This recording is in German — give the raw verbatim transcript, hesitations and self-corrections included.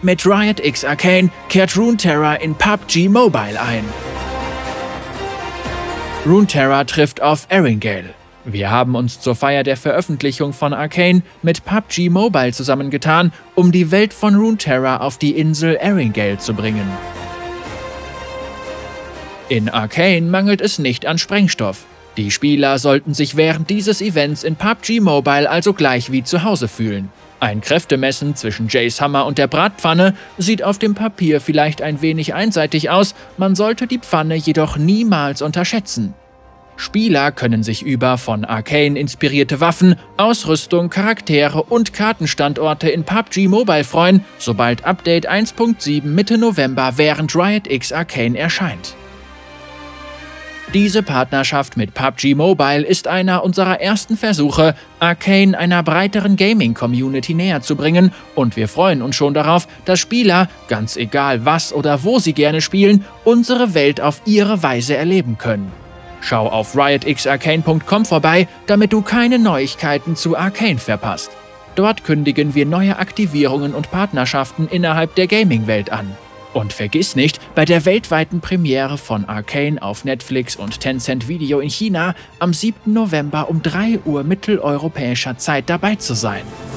Mit Riot X Arcane kehrt Runeterra in P U B G Mobile ein. Runeterra trifft auf Erangel. Wir haben uns zur Feier der Veröffentlichung von Arcane mit P U B G Mobile zusammengetan, um die Welt von Runeterra auf die Insel Erangel zu bringen. In Arcane mangelt es nicht an Sprengstoff. Die Spieler sollten sich während dieses Events in P U B G Mobile also gleich wie zu Hause fühlen. Ein Kräftemessen zwischen Jace Hammer und der Bratpfanne sieht auf dem Papier vielleicht ein wenig einseitig aus, man sollte die Pfanne jedoch niemals unterschätzen. Spieler können sich über von Arcane inspirierte Waffen, Ausrüstung, Charaktere und Kartenstandorte in P U B G Mobile freuen, sobald Update eins Punkt sieben Mitte November während Riot X Arcane erscheint. Diese Partnerschaft mit P U B G Mobile ist einer unserer ersten Versuche, Arcane einer breiteren Gaming-Community näher zu bringen, und wir freuen uns schon darauf, dass Spieler, ganz egal was oder wo sie gerne spielen, unsere Welt auf ihre Weise erleben können. Schau auf riot x arcane punkt com vorbei, damit du keine Neuigkeiten zu Arcane verpasst. Dort kündigen wir neue Aktivierungen und Partnerschaften innerhalb der Gaming-Welt an. Und vergiss nicht, bei der weltweiten Premiere von Arcane auf Netflix und Tencent Video in China am siebten November um drei Uhr mitteleuropäischer Zeit dabei zu sein.